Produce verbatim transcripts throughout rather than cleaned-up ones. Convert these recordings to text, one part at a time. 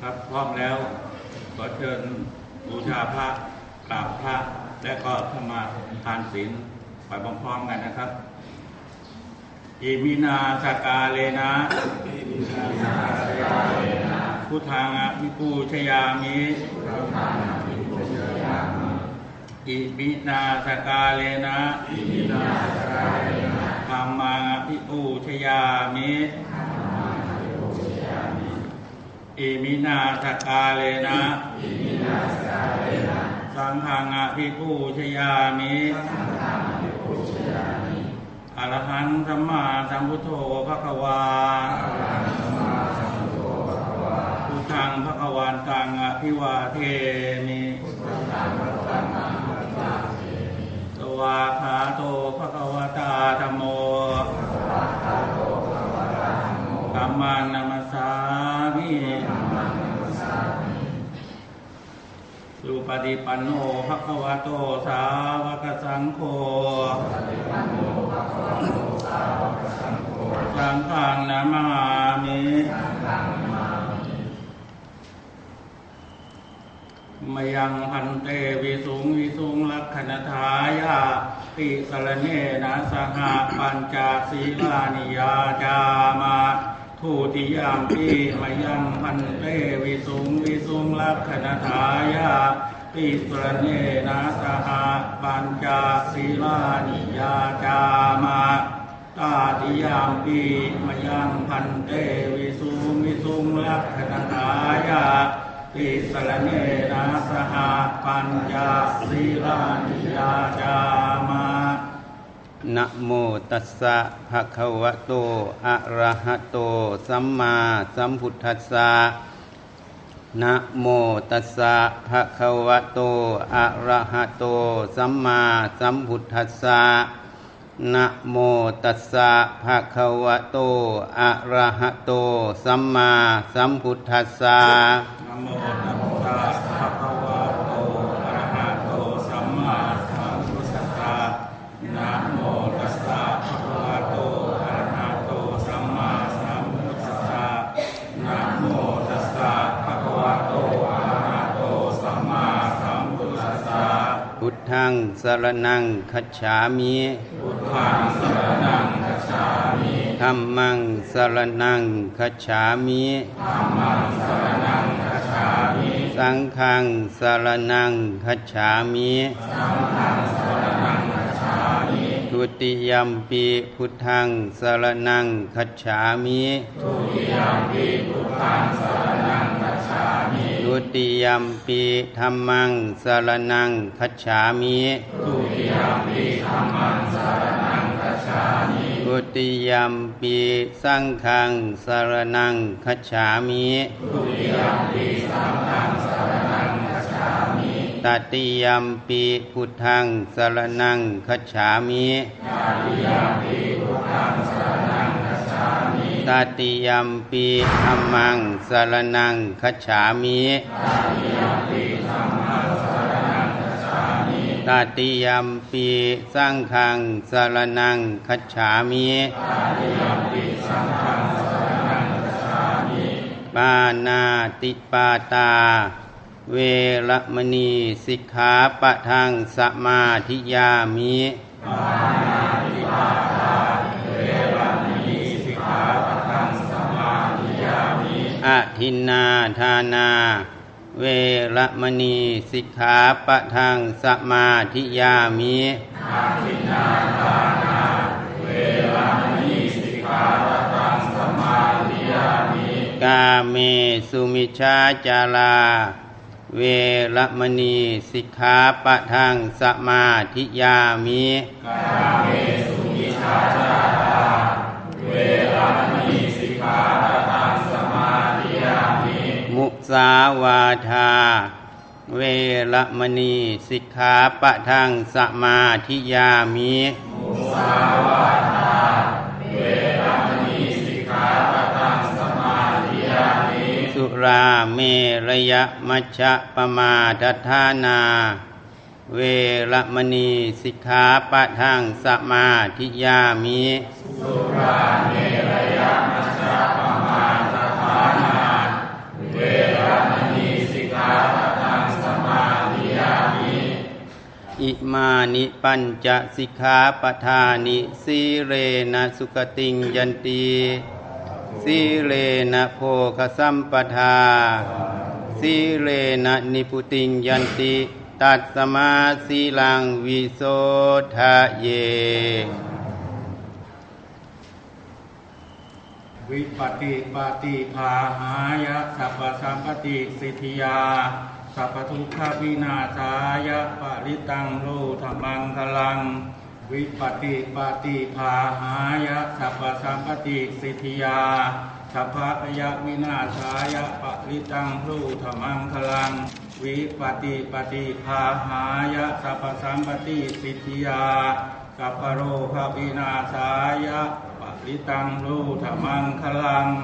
ครับพร้อมแล้วขอเชิญบูชาพระกราบพระและก็เข้ามาทานศีลไปพร้อมๆกันนะครับอิมินาสกาเลนะพุทธังอภิปูชยามิอิมินาสกาเลนะธัมมังอภิปูชยามิอิมินาสกาเลนะสังฆังอภิปูชยามิอรหังสัมมาสัมพุทโธภควาพุทธังภควันตังอภิวาเทมิสวากขาโตภควตาธัมโมธัมมังนัมมัสสามิสุปฏิปันโนภควโตสาวกสังโฆสังฆังนะมามิมยังพันเตวิสุงวิสุงลักขณทายาติสรเนนะสหปัญจศีลานิยาจามาทุติยามปีมยังพันเตวิสุงวิสุงลักขณทายาติสรเนนะสหปัญจศีลานิยาจามาตาติยามปีมยังพันเตวิสุงวิสุงลักขณทายาติสรเนนะสหปัญจศีลานิยาจามานะโมตัสสะภะคะวะโตอะระหะโตสัมมาสัมพุทธัสสะนะโมตัสสะภะคะวะโตอะระหะโตสัมมาสัมพุทธัสสะนะโมตัสสะภะคะวะโตอะระหะโตสัมมาสัมพุทธัสสะนะโมตัสสะภะคะวะโตอะระหะโตสัมมาสัมพุทธัสสะนะโมตัสสะภะคะวะโตอะระหะโตสัมมาสัมพุทธัสสะนะโมตัสสะภะคะวะโตอะระหะโตสัมมาสัมพุทธัสสะพุทธังสรณังคัจฉามิพุทธังสรณังคัจฉามิธัมมังสรณังคัจฉามิธัมมังสรณังคัจฉามิสังฆังสรณังคัจฉามิสังฆังสรณังคัจฉามิทุติยัมปิพุทธังสรณังคัจฉามิทุติยัมปิพุทธังสรณังคัจฉามิทุติยัมปิธัมมังสรณังคัจฉามิทุติยัมปิธัมมังสรณังคัจฉามิทุติยัมปิสังฆังสรณังคัจฉามิทุติยัมปิสังฆังสรณังคัจฉามิตติยัมปิพุทธังสรณังคัจฉามิตติยัมปิพุทธังสรณังคัจฉามิตติยัมปิธัมมังสรณังคัจฉามิตติยัมปิธัมมังสรณังคัจฉามิตติยัมปิสังฆังสรณังคัจฉามิตติยัมปิสังฆังสรณังคัจฉามิปานาติปาตาเวรมณีสิกขาปะทังสมาธิยามิปานาติปาตาเวรมณีสิกขาปะทังสมาธิยามิอะทินนาทานาเวรมณีสิกขาปะทังสมาธิยามิอะทินนาทานาเวรมณีสิกขาปะทังสมาธิยามิกาเมสุมิจฉาจาราเวรมณีสิกขาปะทังสมาธิยามิกาเมสุมิจฉาจาราเวรมณีสิกขาปะทังสมาธิยามิมุสาวาทาเวรมณีสิกขาปะทังสมาธิยามิมุสาวาทาเวรมณีสิกขาปะทังสมาธิยามิสุราเมรยมัชฌะปมาทฐานาเวรมณีสิกขาปะทังสมาธิยามิสุราเมรยมัชฌะปมาทฐานาเวรนิปัญจสิกขาปทานิสีเรนะสุขติงยันติสีเรนะโภคสัมปทาสีเรนะนิพุติงยันติตัสสมาสีลังวิโสทะเยวิปัติปฏิภาหายะสัพพสัมปติสิทธิยาสัพพทุกขวินาศายะปริตังรูธรรมังคลังวิปัติปฏิภาหายะสัพพสัมปติสิทธิยาสัพพยะวินาศายะปริตังรูธรรมังคลังวิปัติปฏิภาหายะสัพพสัมปติสิทธิยาสัพพโรควินาศายะปริตังรูธรรมังคลัง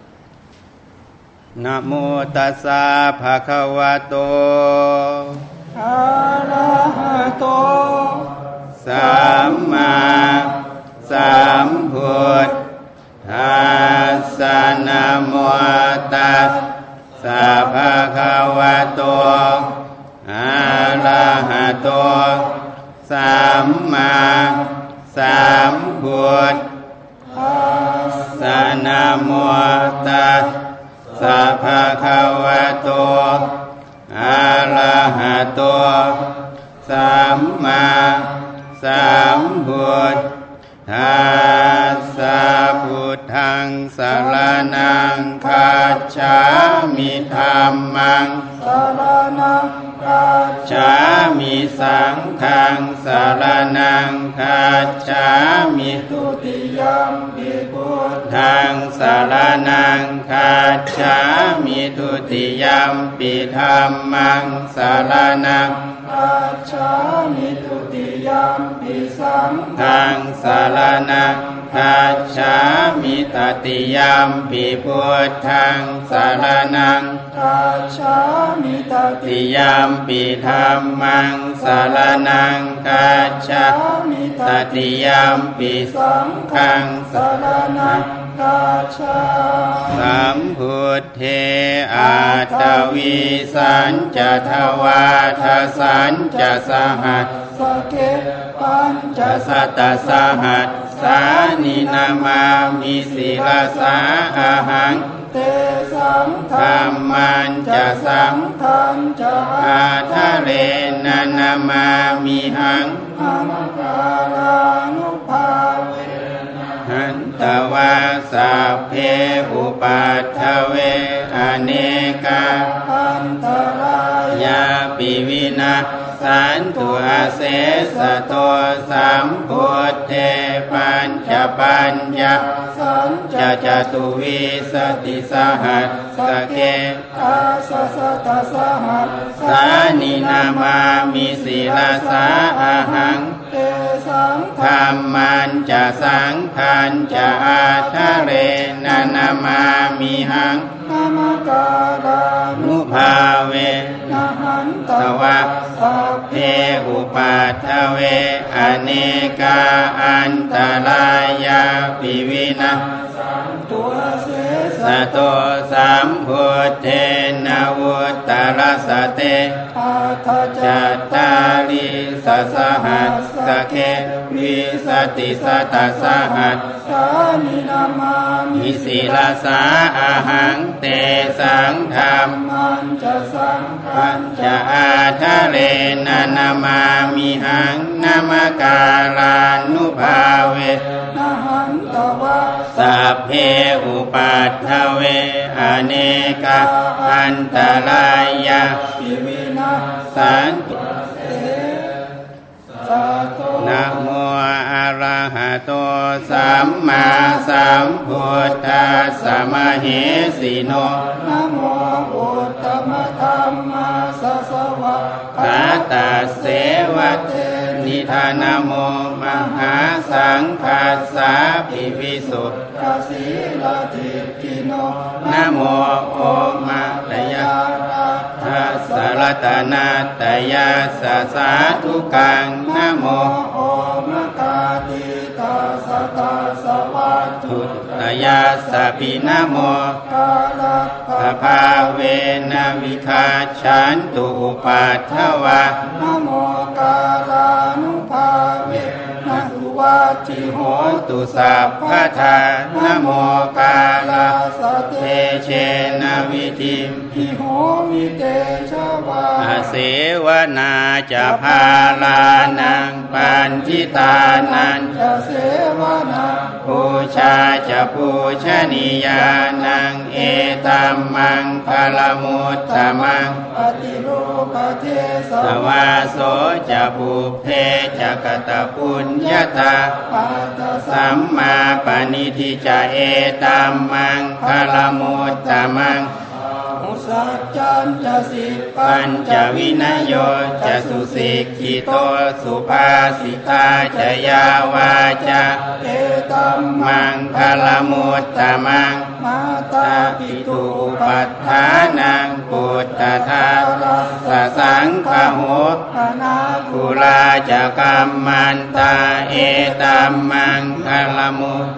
นะโมตัสสะภะคะวะโตอะระหะโตสัมมาสัมพุทธัสสะนะโมตัสสะภะคะวะโตอะระหะโตสัมมาสัมพุทธัสสะนะโมตัสสะภะคะวะโตอะระหะโตสัมมาสัมพุทธัสสะพุทธังสรณังคัจฉามิธัมมังสรณังคัจฉามิสังฆังสรณังคัจฉามิทุติยัมปิพุทธังสรณังคัจฉามิทุติยัมปิธัมมังสรณังคัจฉามิทุติยัมปิสังฆังสรณังคัจฉามิตติยัมปิพุทธังสรณังคัจฉามิตติยัมปิธัมมังสรณังคัจฉามิตติยัมปิสังฆังสรณังคัจฉาสัมพุทเทอาตวิสัญจทวาทสัญจสหัสสเกปัญจสัตตสหัสสานินามามิศิลสาอาหังเตสังธัมมันจะสังทันจะอาทะเรนะนามามิหังอังคารานุภาเวหันตวาสัพเพอุปัฏฐเวอเนกาอันตรายาปิวินาสันตุอาเสสะโตสัมพุทเทปัญจปัญญาสัญจจตุวิสติสหัสสเกอาสัสสะสหัสสานินามามิศิลสาอาหังเตสังธัมมันจะสังฆันจะอาทะเรนะนามามิหังนามกาลานุภาเวนะหันตวะสัพเพอุปัฏฐเวอเนกาอันตรายาปิวินาตัวเสสะโตสัมพุทเทนะวุตตรสเตอาทาจัตตาริสสหัสสเกวิสติสตัสสหัสสานินามามิศิลสาอาหังเตสังธัมมันจะสังฆันจะอาทะเรนะนามามิหังนามกาลานุภาเวนะหันตวะสัพเพอุปัฏฐเวอเนกาอันตรายาปิวินาสันตุนะโมอะระหะโตสัมมาสัมพุทธัสสะมะเหสิโนนะโมอุตตมธัมมาสัสสะวะคาตัสเสวะเตนิธานโมมหาสังคัสสะภิวิสุทธัสสีลทิกิโนนะโมโอมะตยาทัสสะรัตนาตยาสะสาธุกังนะโมโอมะตาติตาสตาสวัตถุตยัสสะปินะโมกาลภะภาเวนะวิคาชันตุอุปัฏฐวะนะโมกาลานุภาเวนะสุวัตถิโหตุสัพพะทานะโมกาลาสเตเชนะวิธิมหิโหมิเตชะวาอาเสวนาจะพาลานังปันทิตานันจะเสวนาปูชาจะปูชนียานังเอตัมมังคลมุตตมังปฏิโลกเทสวาโสจะปุเพจะกตปุญญาตาสัมมาปณิทิจะเอตัมมังคลมุตตมังมุสัจจันจะสิปัญจวินโยจะสุสิกขิโตสุภาสิตาจะยาวาจาเอตัมมังคลมุตตมังมาตาปิตุปัฏฐานังปุตตะทาสสังฆโหกุลาจะกัมมันตาเอตัมมังคลมุต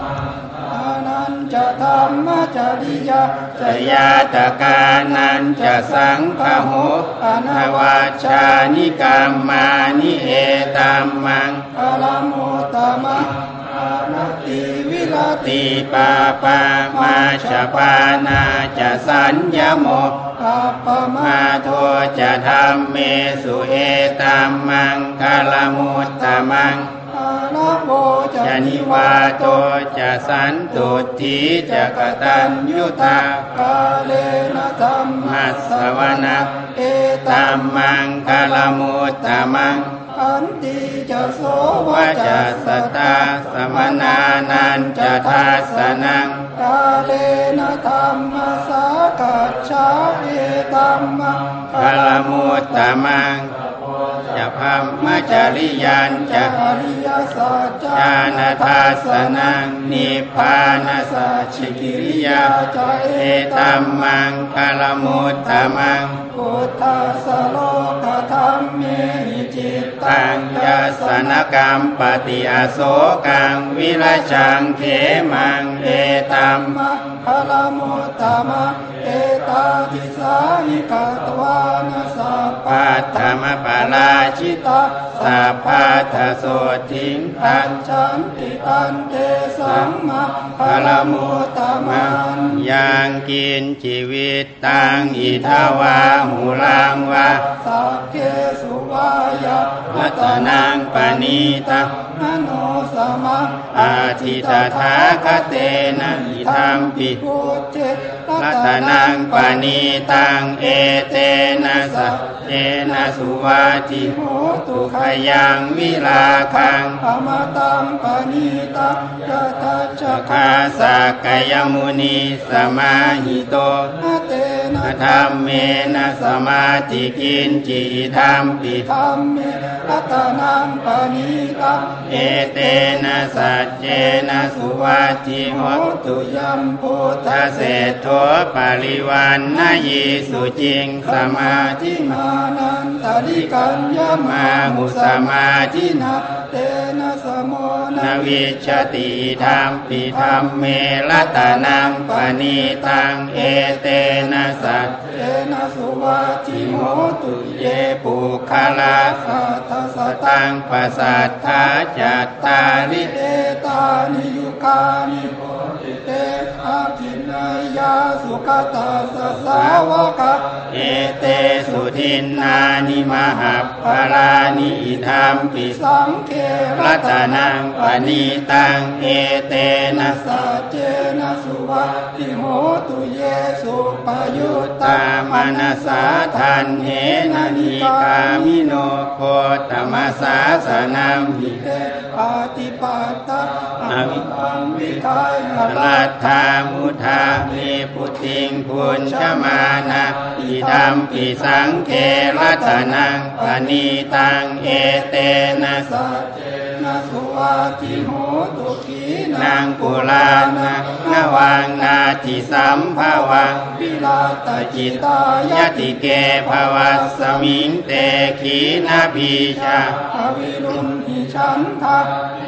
จะธรรมจริยาจะยาตกานันจะสังฆโหอนาวาชานิกรรมานิเอตัมมังคลมุตตมังนาติวิลาติปาปามาชปานาจะสัญญโมปัปปมาโทจะธรรมเมสุเอตัมมังคลมุตตมังจะนิวาโตจะสันตุทิจะกตัญญูตากาเลนะธัมมัสสวนะเอตัมมังคลมุตตมังอันติจะโสวะจะสตาสมนานันจะทัสสนังกาเลนะธัมมัสสะกัจฉาเอตัมมังคลมุตตมังจะพัมมจริยันจะอริยสัจญาณทัสสนังนิพพานัสสัจกิริยาเอตัมมังคลมุตตมังพุทธัสสะโลกธัมเมหิจิตตังยัสสนกรรมปฏิอโศกังวิราชังเขมังเอตัมมังคลมุตตมังเอตาทิสานิกตวานัสสะปัตตมปาราชิตาสัพพัทธโสทิงปัญจันติตันเตสัมมาคลมุตตมังยังกินชีวิตตังอิทาวาหุลังวาสัพเพสุวายะรัตนังปณิตาอโนสมะอาทิตถาคเตนะอิธัมปิพุทเทรัตนังปณิตังเอเตนะสัจเจนะสุวัตถิโหตุขยังวิลาคังอมตังปณิตังยะทัจจคาสักกยมุนีสมาหิโตเตนะธัมเมนะสมาธิกินจิธัมปิธัมเมรัตนังปณิตังเอเตนะสัจเจนะสุวัตถิโหตุยัมพุทธเศรษโธปริวันนายีสุจิงสมาธิมานันตริกัญญมาหุสมาธินาเตนะสโมนวิชติธรรมปิธรรมเมรัตนังปณิตังเอเตนะสัจเจนะสุวัตถิโหตุเยปุคลาสัทธสตังปัสสัทธาจัตตาริเอตานิยุคานิโพติเตอาทินายาสุขตาสสาวกะเอเตสุทินนานิมหัพพลานิธรรมปิสังเขรัตนังปณิตังเอเตนะสัจเจนะสุวัตถิโหตุเยสุปยุตตามนัสสาทันเหนะนิกามิโนโคตมัสสาสนัมหิเตปาติปัตตะอวิปังวิทายรัตถามุทามิพุติงพุญชมานะอิธัมปิสังเขรัตนังปณิตังเอเตนะสัจเจนะสุวัตถิโหตุขีนังกุลานะนวังนาทิสัมภวังวิลาตจิตายติเกภวัสสมิงเตขีนาภิชาอวิรุณหิฉันทะอ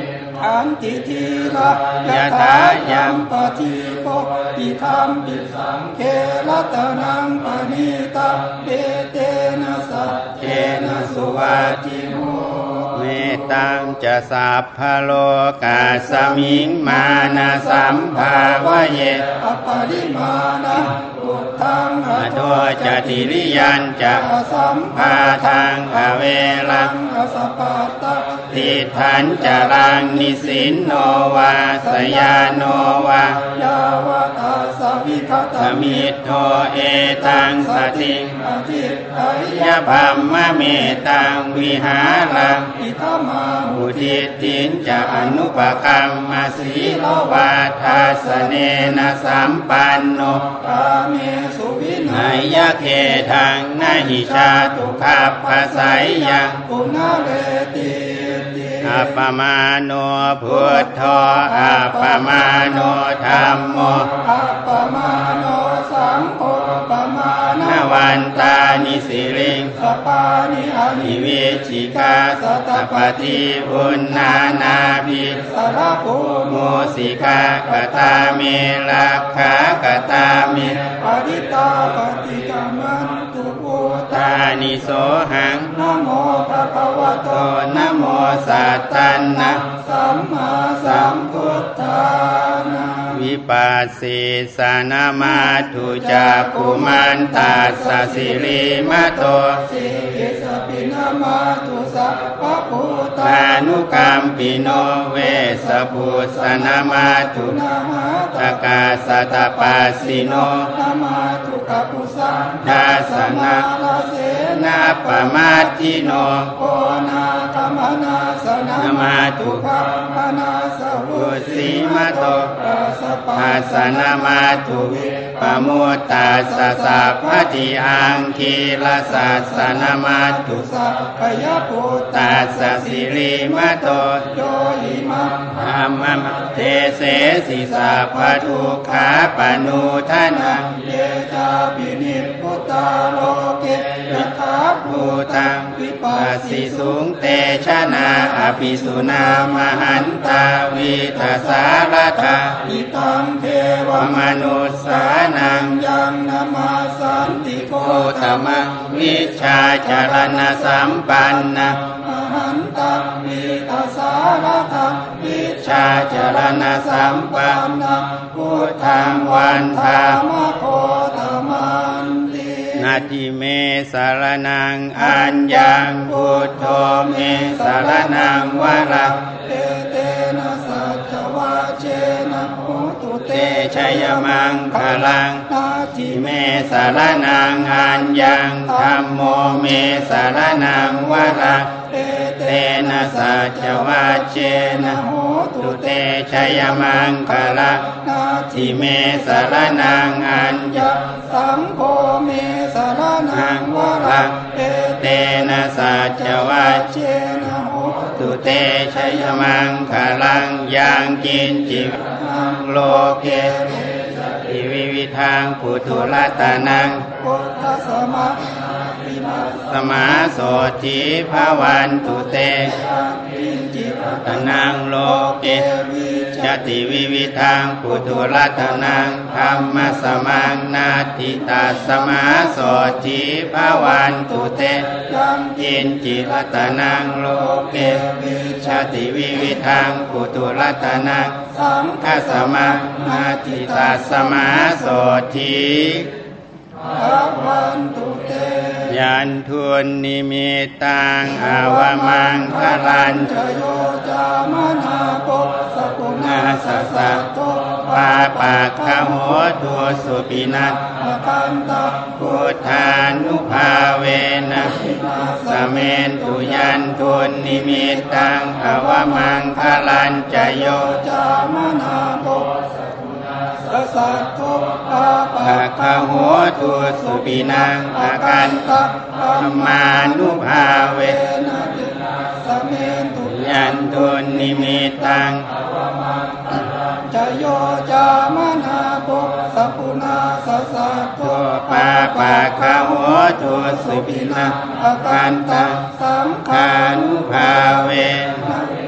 ขันติทีระยะถายัมปฏิโภอิธัมปิสังเขรัตนังปณิตาเปเตนะสัจเจนะสุวัติโมเมตังจะสัพพโลกาสมิงมานะสัมภาวะเยอปริมาณังพุทธังอโทจติริยันจะสัมภาทังอเวลังอสปัตตะติทันจารังนิสินโนวาสยาโนวายาวะตาสวิคตามิโทเอตังสติงอจิตไอยะพัมมะเมตังวิหารังอิทัมมาอุทิตินจะอนุปกัมมสีโลวาทาสเนนะสัมปันโนกาเมสุวินัยยะเขทังนาหิชาตุขัพพสัยยังปุณเรติอัปปมาโนพุทโธอัปปมาโนธัมโมอัปปมาโนสังโฆอัปปมาโนวันตานิสิริงสปานิอานิวิจิกาสัตปฏิปุณนานาภิสารภูโมสิกากตาเมลักขากตาเมปริตาปฏิกรรมันตุปุตตานิโสหังนะโมภะคะวะโตนะโมสัตตันนะสัมมาสัมพุทธานะวิปัสสิสานามาตุจักขุมันตัสสะสิริมะโตสิกิสปินามาตุสัพพะพุทธานุกัมปิโนเวสปุสนามาตุตกาสัตปัสสิโนนามาตุกัปปุสังดาสนะนาปมาทิโนโอนาธรรมนาสนามาตุขัมมนาสวุสีมะโตอาสนามาตุปมุตตาสสะพะทิอังคีลสัสสนามาตุสัพพยาปุตตาสสิริมะโตโยอิมังธัมมะเทเสสิสัพพทุกขาปนุทานังเยจาปินิพุตตาโลเกยถาภูตังวิปัสสิสุงเตชะนาอภิสุนามหันตาวิทัสสารทาอิตังเทวมนุสสานังยังนามาสันติโกธรรมังวิชาจารณสัมปันนะมหันตาวิทัสสารทาวิชาจารณสัมปันนะพุทธังวันทามะโคธรรมันตินาทิเมสารนังอัญญังพุทโธเมสารนังวะระเตเตนะสัจวะเชนะโหตุเตชยมังคลังนาทิเมสารนังอัญญังธัมโมเมสารนังวะระเตนะสัจวะเชนะโหตุเตชยมังคลังนาทิเมสารนังอัญญังสังโฆเมสารนังวะระเตนะสัจวะเชนะโหตุเตชยมังคลังยังกินจิโลเกอิวิวิทังปุถุรัตนังพุทธสมาสมาโสทิภวันตุเตตนังโลเกจติวิวิทังปุถุรัตนังธัมมสมังนาทิตัสสมาโสทิภวันตุเตยินจิรัตนังโลเกชติวิวิทังปุถุรัตนังสังฆสมังนาทิตัสสมาโสทิภวันตุเตยันทุนนิมิตังอาวมังคลันชโยจามนาโกสกุณาสัสสะโตปาปะคะโหตุสุปินัสกันตะพุทธานุภาเวนะสเมนตุยันทุนนิมิตังอาวมังคลันชโยจามนาโกสัตโตอาปะคะโหตุสุปินังอากันตะธัมมานุภาเวนะสเมนตุยันตุนิมิตังชโยจามนาโกสัพพุนาสัสสะโตปาปะคะโหตุสุปินังอากันตะสังฆานุภาเวนะส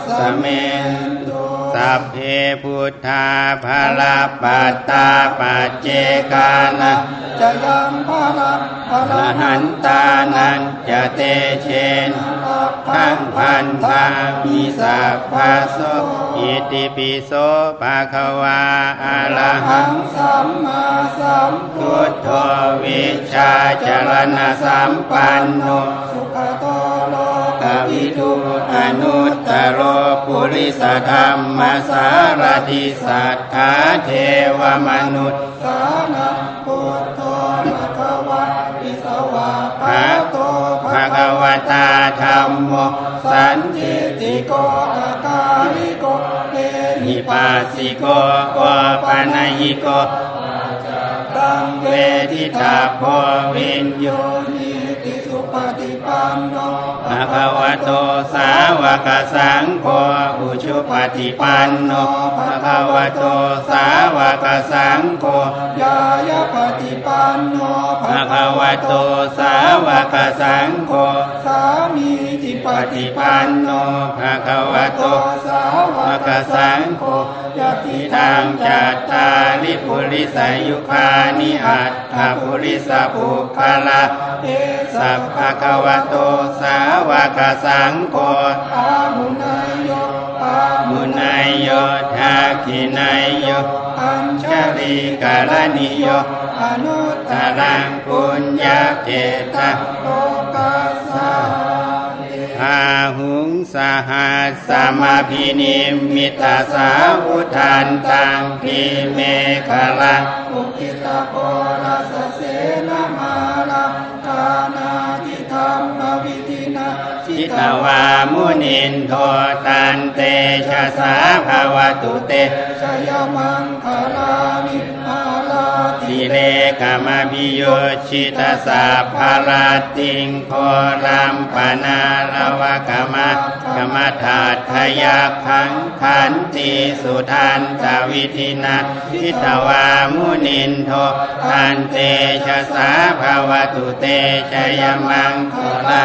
สเมตุสัพเพพุทธาภาลาปัตตาปัจเจกานะจะยังภาระภาระหันตานันจะเตเชนทั้งพันธามิสัพพะโสอิติปิโสภะคะวาอะระหังสัมมาสัมพุทโธวิชชาจรณะสัมปันโนสุขโตโลกวิทูอนุตตโรปุริสธรรมสารติสัทธาเทวมนุษย์สานะพุทโธภะคะวะอิสวะภะโตภะคะวตาธัมโมสันทิติโกอาการิโกเอหิปัสสิโกโอปะนะหิโกตังเวทิตาโพวินโยนิติสุปฏิปันโนภะคะวะโตสาวกสังโฆอุชุปฏิปันโนภะคะวะโตสาวกสังโฆยายาปฏิปันโนภะคะวะโตสาวกสังโฆสามีจิปฏิปันโนภะคะวะโตสาวกสังโฆยะติทังจัตตาริปุริสายุคานิอัตถปุริสปุคคละสัพพะคะวะโตสาวกสังโฆอามุนัยโยอามุนัยโยทาคินัยโยอัญชลีกาลนิโยอนุตตรังปุญญาเจตะโลกัสสะอาหุงสหัสสมาภินิมิตาสาวุทันตังพิเมฆลังอุกิตาโพรัสเสนามาลังกานาทิธรรมวิธินาจิตวามุนินโทตันเตชะสาภาวตุเตชยมังคลานิอาลาติเลกามภิโยชิตาสาภาลาติงโครัมปนาลวะกามะกามทัตถยาขังขันติสุทันตวิธินาจิตวามุนินโทตันเตชะสาภาวตุเตชยมังคลา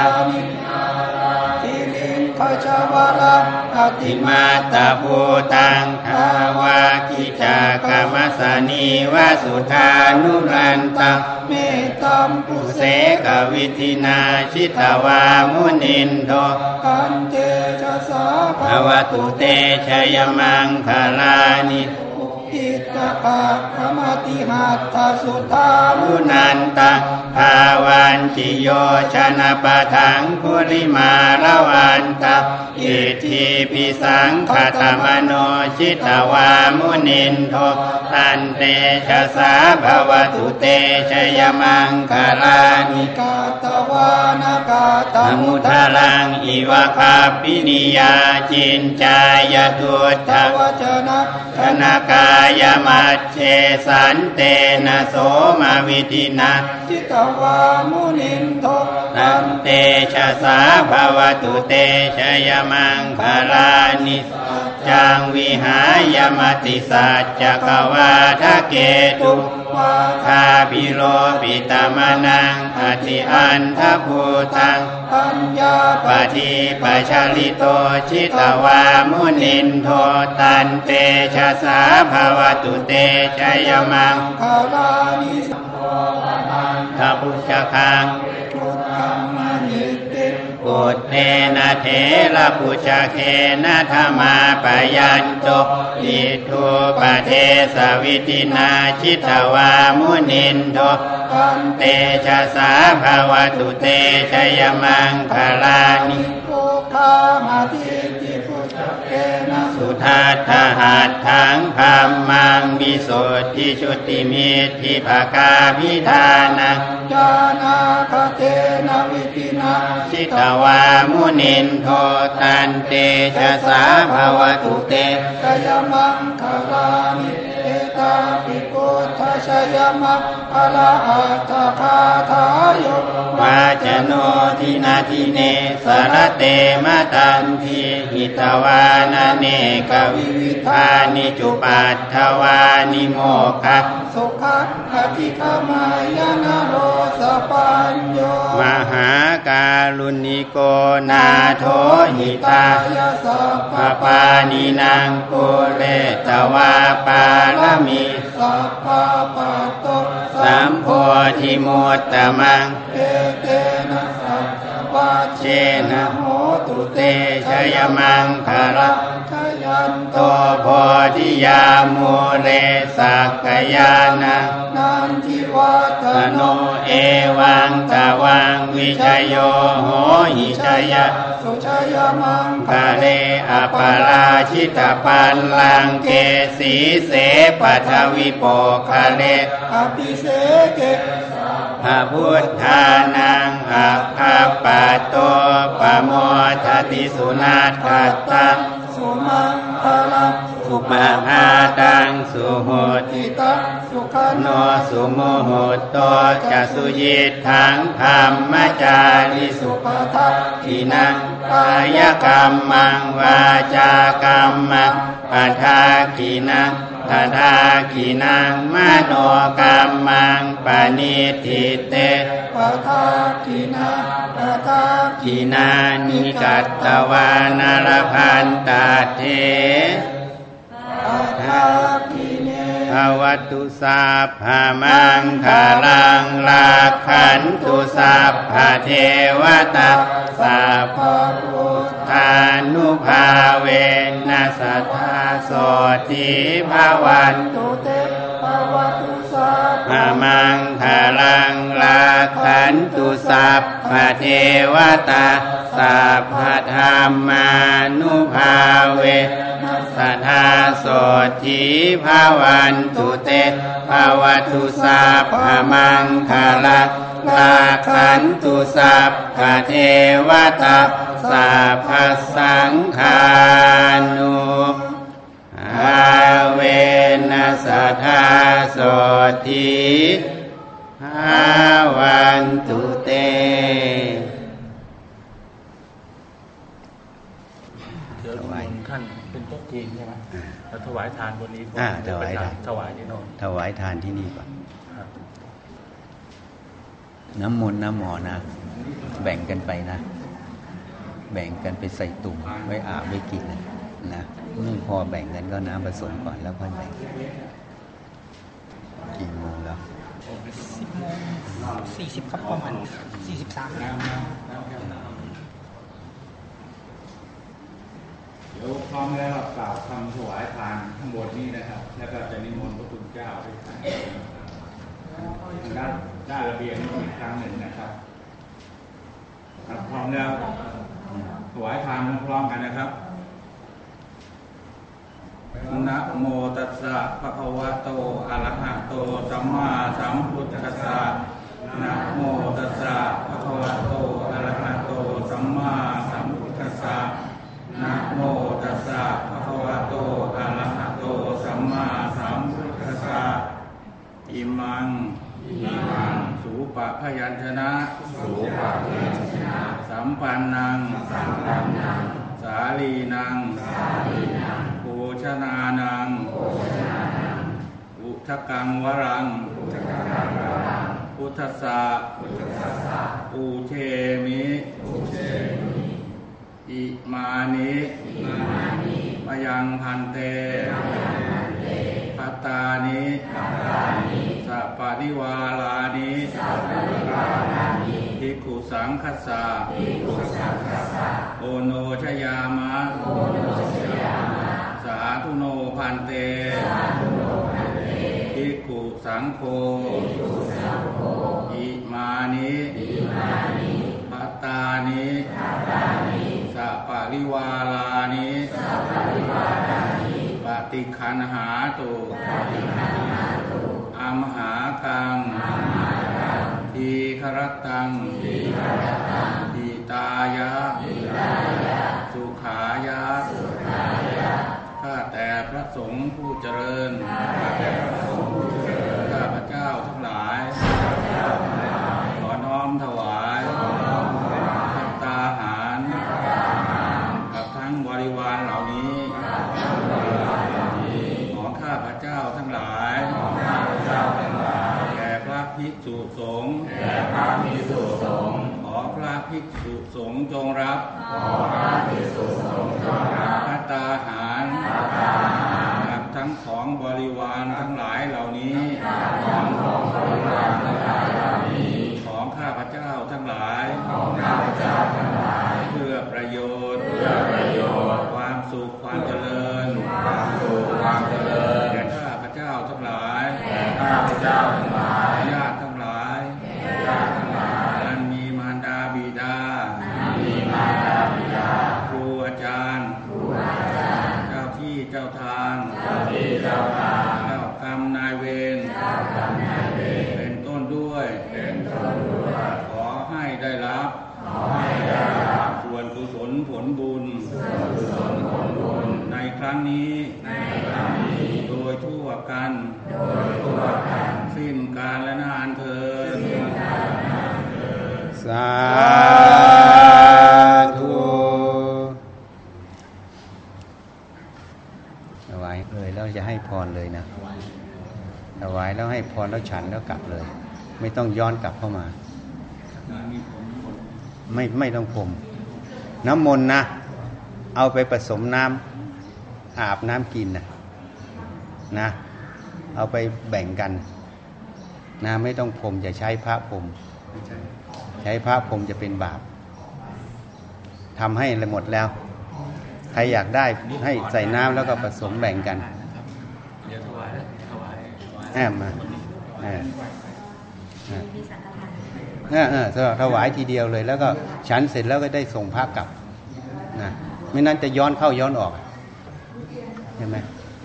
ขจาวราอติมาตาภูตังทาวากิจากามสานีวาสุธานุรันตังเมตัมปุเสกวิธินาชิตวามุนินโทกันเตชะสาภาวตุเตชยมังคลานิอิตตะปะขมติหัตถสุธามุนันตะภาวันติโยชนะปะทังคุริมาระวันตะอิทธิปิสังขตมโนชิตวามุนินโทตันเตชะสาภาวตุเตชยมังคลานิกาตวานากาตมุทารังอิวะคาปินิยาจินจายตุตะวจนะธนากายมัจเจสันเตนะโสมาวิธินาจิตวามุนินโทตันเตชะสาภาวตุเตชยมังคลานิจังวิหายมติสัจจกวาทะเกตุคาภิโรปิตามนังอธิอันทภูตังปัญญาปฏิปัชาลิโตชิตวามุนินโทตันเตชะสาภาวตุเตชยมังคลานิทัพพุชะคังพุทธังมณิติปุตเตนะเถระปุชะเคนะธรรมาปยัญโตอิทุปเทสวิตินาชิตวามุนินโทตันเตชะสาภาวตุเตชยมังคลานิปุคามาทิติปุชะเคนะสุทัตถหัตถังธัมมังวิสุทธิชุติมิตถิภคาภิธานังญาณาคเตนะวิตินาชิตวามุนินโทตันเตชะสาภาวตุเตชยมังคลานิเอตาปิปุถทชยมังอรหัตถคาถายกวาจโนทินาทิเนสรเตมะตันทีหิตวานะเนกวิวิธานิจุปัฏฐวานิโมฆะสุขังอธิคามายนะโลสปัญโยมหาการุณิโกนาโถหิตายาสัพพปานินางปุเรตวาปารมิสัพพปัตโตสัมโพธิมุตตมังเอเตนะสัจวัชเชนะโหตุเตชยมังคาระชยันโตโพธิยามุเรสักกยานังนันทิวัตโนเอวังตะวังวิชโยโหหิชยะสุชยมังคาเลอปาราชิตปัลลังเกสีเสปัทวิโปคะเลอภิเสเกพระพุทธานังอัคคปัตโตปโมทติสุนาถคัตตังสุมังคลังสุมาหาตังสุโหติตังสุขันโนสุโมโหโตจะสุยิทังธรรมจาริสุปทัพทินังกายกรรมังวาจากรรมังปัฏฐากินังปัฏฐากินังมโนกรรมังปณิทิเตปัฏฐากินังปัฏฐากินานิกัตตวานารพันตาเทปัฏฐากิเนภวัตุสัพพมังคารังราคันตุสัพพเทวตาสัพพพุทธานุภาเวนัสสัทธาโสติภวันตุเตภวัตุสัพพมังคารังราคันตุสัพพเทวตาสัพพธรรมานุภาเวสัทธาโสติภวันตุเตภวตุสัพพมังคารังราคันตุสัพพเทวตาสัพพสังฆานุภาเวนัสสัทธาโสติภวันตุเตเดี๋ยวท่านเป็นโต๊ะจีนใช่ไหมแล้วถวายทานบนนี้ก่อนอ่าถวายทานถวายที่โน่นถวายทานที่นี่ก่อนน้ำมนต์น้ำหมอนะแบ่งกันไปนะแบ่งกันไปใส่ตุ่มไว้อาบไว้กินนะนะนี่พอแบ่งกันก็น้ำผสมก่อนแล้วค่อยแบ่งกี่โมงแล้วสิบโมงสี่สิบครับประมาณสี่สิบสามเดี๋ยวพร้อมแล้วกล่าวคำถวายทานข้างบนนี้นะครับแล้วก็จะนิมนต์พระคุณเจ้าไปทานด้านด้านระเบียงอีกครั้งหนึ่งนะครับครับพร้อมแล้วถวายทานพร้อมกันนะครับนะโมตัสสะภะคะวะโตอะระหะโตสัมมาสัมพุทธัสสะนะโมตัสสะภะคะวะโตอะระหะโตสัมมาสัมพุทธัสสะนะโมตัสสะภะคะวะโตอะระหะโตสัมมาสัมพุทธัสสะอิมังสูปะพยัญชนะสูปะพยัญชนะสัมปันนังสัมปันนังสาลีนังสาลีนังโภชนานังโภชนานังอุทกังวรังอุทกังวรังพุทธัสสะพุทธัสสะปูเชมิปูเชมิอิมานิอิมานิมยังพันเตมยังพันเตภัตตานิภัตตานิสัพพะริวารานิสัพพะริวารานิภิกขุสังคัสสะภิกขุสังคัสสะโอโนชยามะโอโนชยามะสาธุโนพันเตสาธุโนพันเตภิกขุสังโฆภิกขุสังโฆอิมานิอิมานิภัตตานิภัตตานิสัพพะริวารานิสัพพะริวารานิปฏิคันหาตุปฏิคันหาตุอัมหากังอัมหากังทีครตังทีครตังทีตายะทีตายะสุขายะสุขายะข้าแต่พระสงฆ์ผู้เจริญข้าแต่พระสงฆ์ผู้เจริญข้าพเจ้าทั้งหลายข้าพเจ้าทั้งหลายขอน้อมถวายขอน้อมถวายภัตตาหารกับทั้งบริวารเหล่านี้ของข้าพเจ้าทั้งหลายแด่พระภิกษุสงฆ์แด่พระภิกษุสงฆ์ขอพระภิกษุสงฆ์จงรับขอพระภิกษุสงฆ์จงรับภัตตาหารกับทั้งของบริวารทั้งหลายเหล่านี้ของของบริวารทั้งหลายเหล่านี้ของข้าพเจ้าทั้งหลายของข้าพเจ้าทั้งหลายเพื่อประโยชน์เพื่อประโยชน์ความสุขความเจริญความสุขความเจริญแก่ข้าพเจ้าทั้งหลายแก่ข้าพเจ้าทั้งหลายญาติทั้งหลายญาติทั้งหลายอันมีมารดาบิดามีมารดาบิดาครูอาจารย์ครูอาจารย์เจ้าที่เจ้าทางเจ้าที่เจ้าทางเจ้ากรรมนายเวรเจ้ากรรมนายเวรเป็นต้นด้วยเป็นต้นด้วยขอให้ได้รับขอให้ได้รับส่วนกุศลผลบุญส่วนกุศลผลบุญในครั้งนี้ในครั้งนี้โดยทั่วกันโดยทั่วกันสิ้นกาลและนานเถิดสาธุถวายเลยแล้วจะให้พรเลยนะถวายแล้วให้พรแล้วฉันแล้วกลับเลยไม่ต้องย้อนกลับเข้ามาไม่ไม่ต้องพรมน้ำมนต์นะเอาไปผสมน้ำอาบน้ำกินนะนะเอาไปแบ่งกันนะไม่ต้องพรมจะใช้พระพรมใช้พระพรมจะเป็นบาปทำให้หมดแล้วใครอยากได้ให้ใส่น้ำแล้วก็ผสมแบ่งกันเดี๋ยวถวายถวายแอมมาเออเออเออถวายทีเดียวเลยแล้วก็ฉันเสร็จแล้วก็ได้ส่งพระกลับนะไม่นั้นจะย้อนเข้าย้อนออกเห็นไหม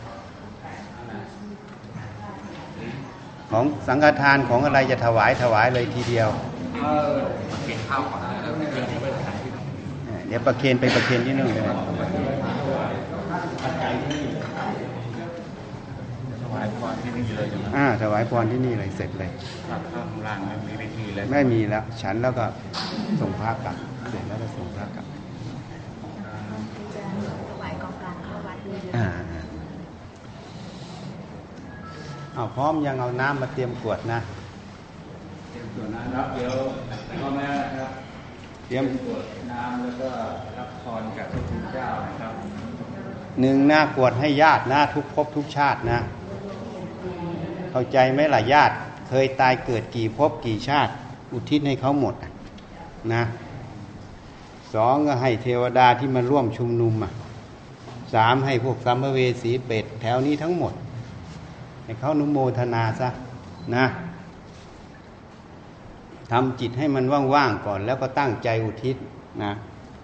ของสังฆทานของอะไรจะถวายถวายเลยทีเดียวเก็บข้าวก่อนเดี๋ยวประเคนไปประเคนที่นู่นเลยถวายพรที่นี่เลยใช่ไหมอ่าถวายพรที่นี่เลยเสร็จเลยข้างล่างไม่มีวิธีเลยไม่มีแล้วฉันแล้วก็ส่งพระกลับเสร็จแล้วก็ส่งพระกลับถวายกองกลางเข้าวัดด้วยอ่าเอาพร้อมยังเอาน้ำมาเตรียมกวดนะเตรียมกวดนะครับเดี๋ยวพ่อแม่ครับเตรียมกวดน้ำแล้วก็รับพรจากพระคุณเจ้านะครับหนึ่งหน้ากวดให้ญาตินะทุกภพทุกชาตินะเข้าใจไหมล่ะญาติเคยตายเกิดกี่ภพกี่ชาติอุทิศให้เขาหมดนะสองก็ให้เทวดาที่มาร่วมชุมนุมอ่ะสามให้พวกสัมภเวสีเป็ดแถวนี้ทั้งหมดให้เขาอนุโมทนาซะนะทำจิตให้มันว่างๆก่อนแล้วก็ตั้งใจอุทิศนะ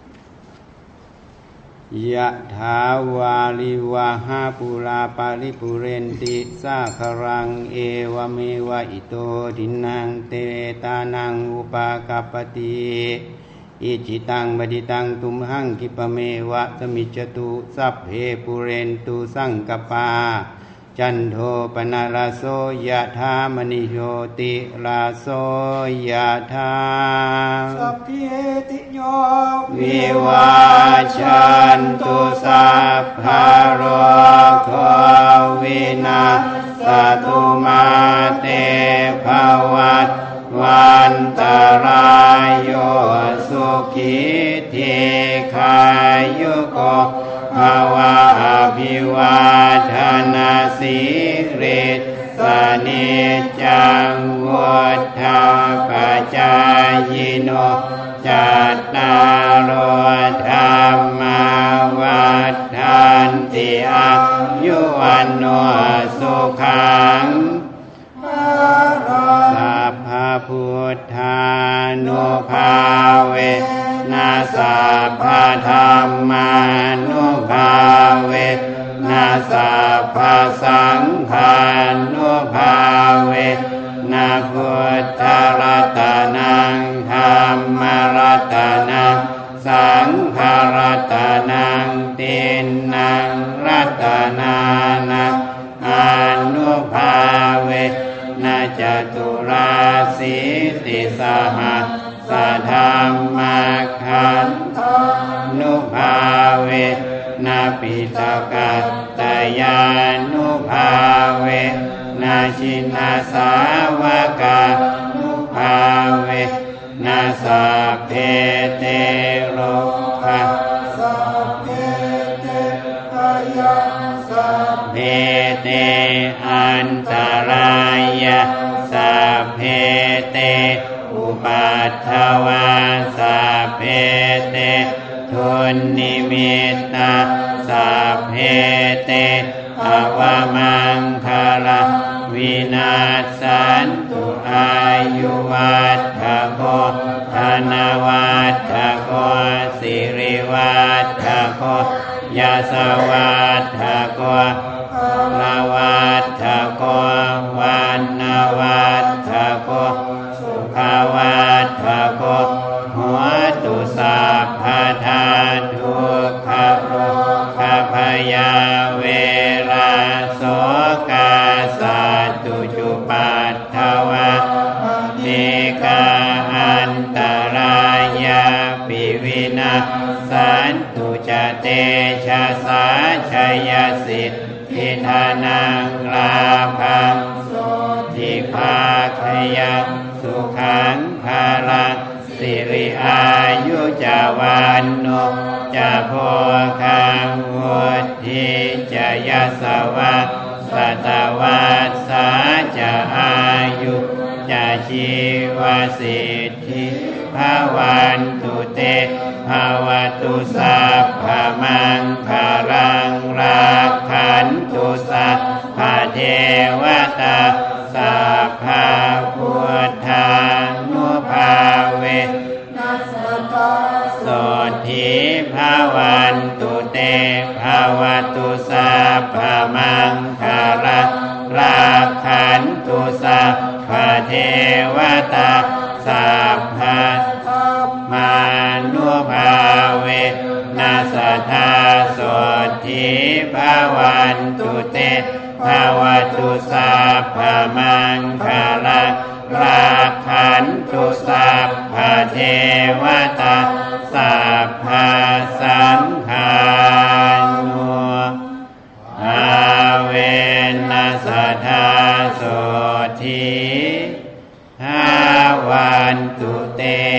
ยะถาวาลิวะหาปุราปาริปุเรนติสาคารังเอวเมวะอิโตทินังเตตานังอุปากัปปติอิจิตังบดิตังตุมหังคิปะเมวะสมิจจตุสัพเพปุเรนตุสังกปาจันโทปนะราโสยะธามณิโชติราโสยะธาสัพพิติโยวิวาชันตุสัพพะโรโควินาศตุมาเตภวัตวันตรายโยสุขิธิขายุโกภวะอภิวาทนาสิริสนิจังวุฒาปัจจายโนจัตตารโอธรรมาวัฏฏันติอายุวันโนสุขังสัพพพุทธานุภาเวนะสัพพธรรมานุภาเวนะสัพพสังฆานุภาเวนะพุทธรัตนังธัมมรัตนังสังฆรัตนังตินนังรัตนานังอนุภาเวนะจตุราสีติสหัสสะธัมมาขันธานุภาเวนะปิตกัตตยานุภาเวนะชินนาสาวกานุภาเวนะสัพเพเตโรคะสัพเพเตอายังสัพเพเตอันตรายะสัพเพเตอุปัฏฐวาสัพเพเตทุนนิมิตตาสัพเพเตอวมังคลาวินาศสันตุอายุวัฏฐโกธนวัฏฐโกสิริวัฏฐโกยะสวัฏฐโกลาวัฏฐโกวันนาวัฏฐโกสุขวัฏฐโกหัวตุสัพพทาทุกขโรคพยาเวราโสกาสัตตุจุปัฏฐวาเนกาอันตรายาปิวินาสันตุจเตชะสาชยสิทธิธานังลาภังโสทิภาคยังสุขังภาลังสิริอายุจาวันโนจะโพคังวุฒิจะยะสวะสัตวัสสาจะอายุจะชีวสิทธิภาวันตุเตภาวตุสัพพมังคารังราคันตุสัพพเทวตาสัพพพุทธานุภาเวนัสตาโสทิภาวันตุเตภาวตุสัพพมังคารังราคันตุสัพพเทวตาสัพพมานุภาเวนัสธาโสทิภาวันตุเตภาวตุสัพพมังคารังราคันตุสัพพเทวตาสัพพสังฆานุอาเวนัสธาโสทิภาวันตุเต